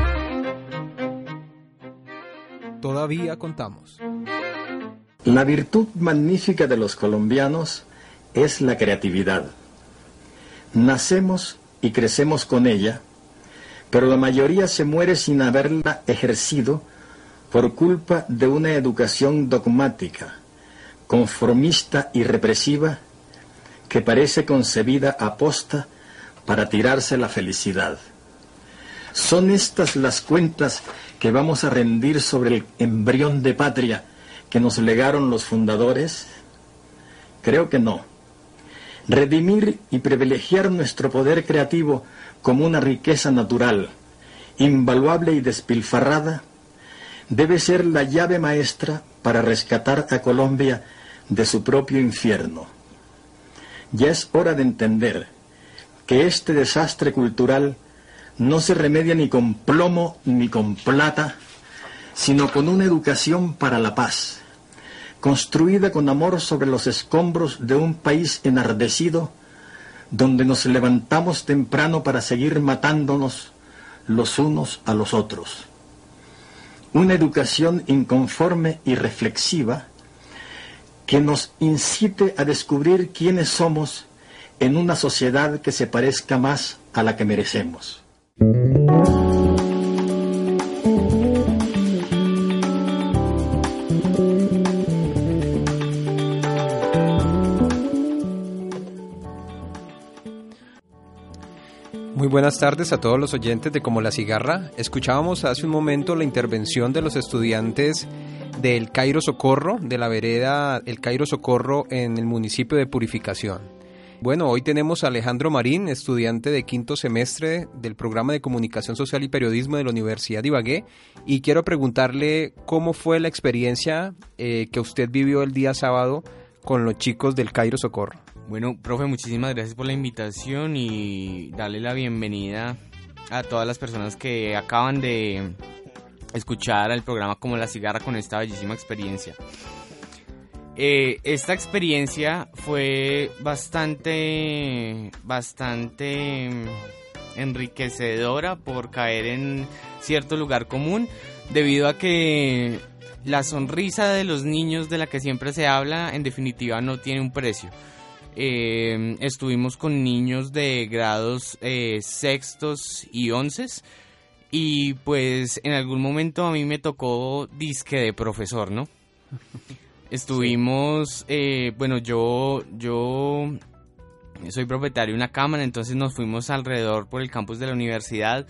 Todavía contamos. La virtud magnífica de los colombianos es la creatividad. Nacemos y crecemos con ella, pero la mayoría se muere sin haberla ejercido por culpa de una educación dogmática, conformista y represiva que parece concebida aposta para tirarse la felicidad. ¿Son estas las cuentas que vamos a rendir sobre el embrión de patria que nos legaron los fundadores? Creo que no. Redimir y privilegiar nuestro poder creativo como una riqueza natural, invaluable y despilfarrada, debe ser la llave maestra para rescatar a Colombia de su propio infierno. Ya es hora de entender que este desastre cultural no se remedia ni con plomo ni con plata, sino con una educación para la paz, construida con amor sobre los escombros de un país enardecido, donde nos levantamos temprano para seguir matándonos los unos a los otros. Una educación inconforme y reflexiva que nos incite a descubrir quiénes somos en una sociedad que se parezca más a la que merecemos. Muy buenas tardes a todos los oyentes de Como la Cigarra. Escuchábamos hace un momento la intervención de los estudiantes del Cairo Socorro, de la vereda El Cairo Socorro en el municipio de Purificación. Bueno, hoy tenemos a Alejandro Marín, estudiante de quinto semestre del programa de Comunicación Social y Periodismo de la Universidad de Ibagué, y quiero preguntarle cómo fue la experiencia eh, que usted vivió el día sábado con los chicos del Cairo Socorro. Bueno, profe, muchísimas gracias por la invitación y darle la bienvenida a todas las personas que acaban de escuchar el programa Como la Cigarra con esta bellísima experiencia. Eh, esta experiencia fue bastante, bastante enriquecedora por caer en cierto lugar común, debido a que la sonrisa de los niños de la que siempre se habla, en definitiva, no tiene un precio. Eh, estuvimos con niños de grados eh, sextos y onces, y pues en algún momento a mí me tocó disque de profesor, ¿no? Estuvimos, eh, bueno, yo, yo soy propietario de una cámara, entonces nos fuimos alrededor por el campus de la universidad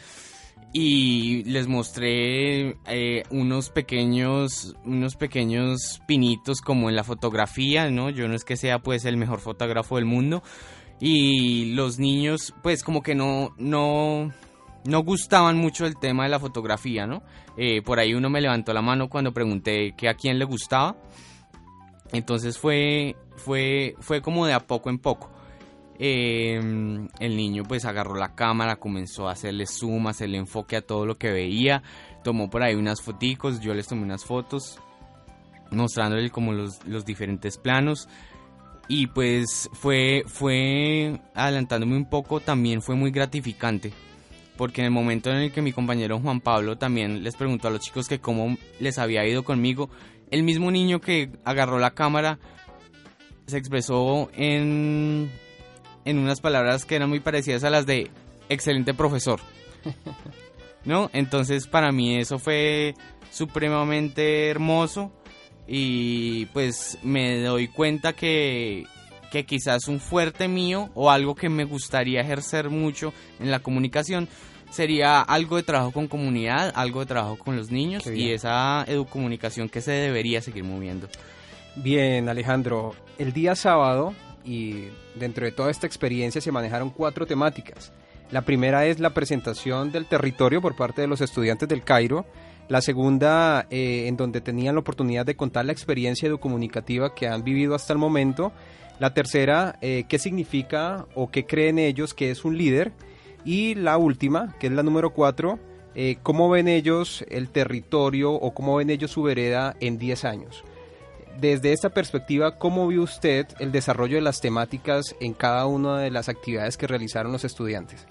y les mostré eh, unos pequeños, unos pequeños pinitos como en la fotografía, ¿no? Yo no es que sea pues el mejor fotógrafo del mundo, y los niños pues como que no, no, no gustaban mucho el tema de la fotografía, ¿no? Eh, por ahí uno me levantó la mano cuando pregunté que a quién le gustaba. Entonces fue, fue, fue como de a poco en poco. Eh, el niño pues agarró la cámara, comenzó a hacerle zoom, a hacerle enfoque a todo lo que veía, tomó por ahí unas foticos, yo les tomé unas fotos mostrándole como los, los diferentes planos, y pues fue, fue adelantándome un poco, también fue muy gratificante, porque en el momento en el que mi compañero Juan Pablo también les preguntó a los chicos que cómo les había ido conmigo, el mismo niño que agarró la cámara se expresó en, en unas palabras que eran muy parecidas a las de excelente profesor, ¿no? Entonces para mí eso fue supremamente hermoso, y pues me doy cuenta que, que quizás un fuerte mío o algo que me gustaría ejercer mucho en la comunicación sería algo de trabajo con comunidad, algo de trabajo con los niños y esa educomunicación que se debería seguir moviendo. Bien, Alejandro, el día sábado y dentro de toda esta experiencia se manejaron cuatro temáticas. La primera es la presentación del territorio por parte de los estudiantes del Cairo. La segunda, eh, en donde tenían la oportunidad de contar la experiencia educomunicativa que han vivido hasta el momento. La tercera, eh, qué significa o qué creen ellos que es un líder. Y la última, que es la número cuatro, eh, cómo ven ellos el territorio o cómo ven ellos su vereda en diez años. Desde esta perspectiva, ¿cómo vio usted el desarrollo de las temáticas en cada una de las actividades que realizaron los estudiantes?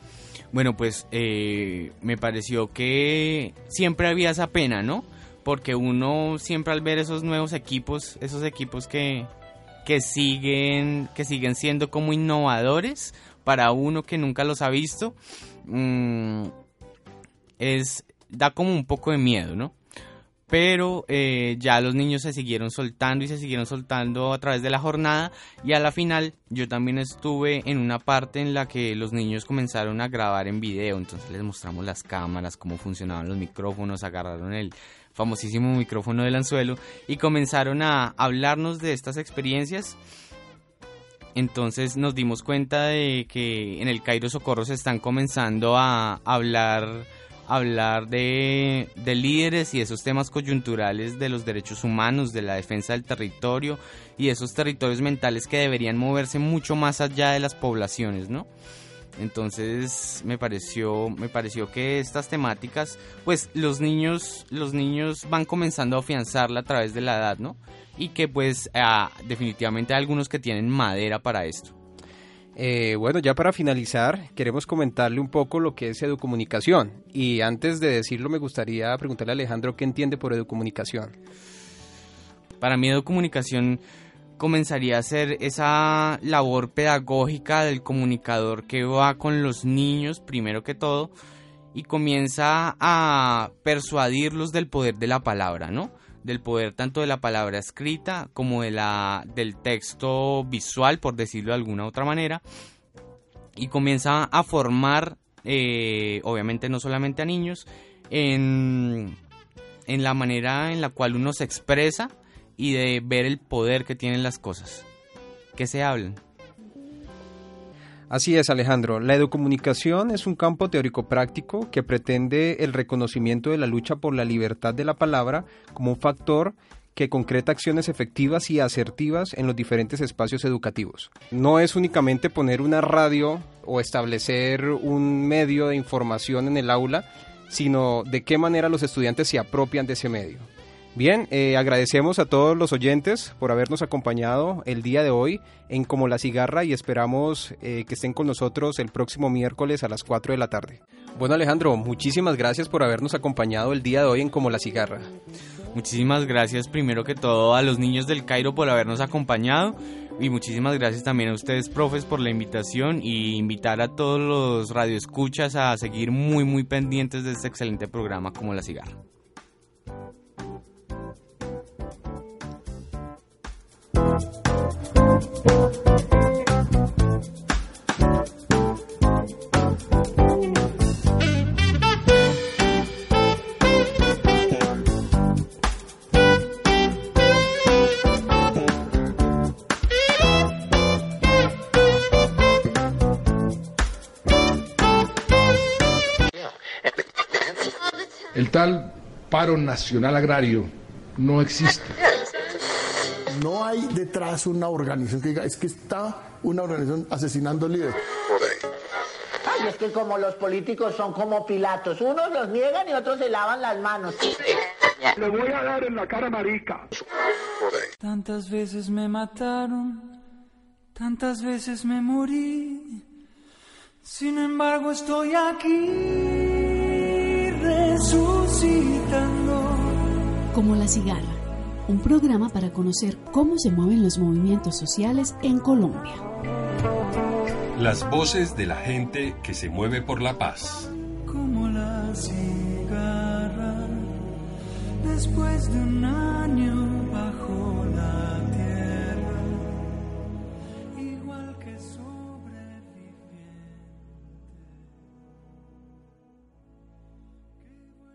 Bueno, pues eh, me pareció que siempre había esa pena, ¿no? Porque uno siempre al ver esos nuevos equipos, esos equipos que, que siguen que siguen siendo como innovadores para uno que nunca los ha visto, mmm, es da como un poco de miedo, ¿no? Pero eh, ya los niños se siguieron soltando y se siguieron soltando a través de la jornada, y a la final yo también estuve en una parte en la que los niños comenzaron a grabar en video. Entonces les mostramos las cámaras, cómo funcionaban los micrófonos, agarraron el famosísimo micrófono del anzuelo y comenzaron a hablarnos de estas experiencias. Entonces nos dimos cuenta de que en el Cairo Socorro se están comenzando a hablar... hablar de, de líderes y esos temas coyunturales de los derechos humanos, de la defensa del territorio y esos territorios mentales que deberían moverse mucho más allá de las poblaciones, ¿no? Entonces me pareció, me pareció que estas temáticas, pues los niños, los niños van comenzando a afianzarla a través de la edad, ¿no? Y que pues ah, definitivamente hay algunos que tienen madera para esto. Eh, bueno, ya para finalizar, queremos comentarle un poco lo que es educomunicación. Y antes de decirlo, me gustaría preguntarle a Alejandro qué entiende por educomunicación. Para mí, educomunicación comenzaría a ser esa labor pedagógica del comunicador que va con los niños, primero que todo, y comienza a persuadirlos del poder de la palabra, ¿no? Del poder tanto de la palabra escrita como de la, del texto visual, por decirlo de alguna otra manera, y comienza a formar, eh, obviamente no solamente a niños, en, en la manera en la cual uno se expresa y de ver el poder que tienen las cosas, que se hablan. Así es, Alejandro. La educomunicación es un campo teórico-práctico que pretende el reconocimiento de la lucha por la libertad de la palabra como un factor que concreta acciones efectivas y asertivas en los diferentes espacios educativos. No es únicamente poner una radio o establecer un medio de información en el aula, sino de qué manera los estudiantes se apropian de ese medio. Bien, eh, agradecemos a todos los oyentes por habernos acompañado el día de hoy en Como la Cigarra y esperamos eh, que estén con nosotros el próximo miércoles a las cuatro de la tarde. Bueno, Alejandro, muchísimas gracias por habernos acompañado el día de hoy en Como la Cigarra. Muchísimas gracias primero que todo a los niños del Cairo por habernos acompañado y muchísimas gracias también a ustedes, profes, por la invitación y invitar a todos los radioescuchas a seguir muy muy pendientes de este excelente programa Como la Cigarra. El tal paro nacional agrario no existe. No hay detrás una organización que diga, es que está una organización asesinando líderes. Ay, es que como los políticos son como Pilatos, unos los niegan y otros se lavan las manos. Le voy a dar en la cara marica. Tantas veces me mataron, tantas veces me morí, sin embargo estoy aquí resucitando. Como la Cigarra, un programa para conocer cómo se mueven los movimientos sociales en Colombia. Las voces de la gente que se mueve por la paz. Como la cigarra, después de un año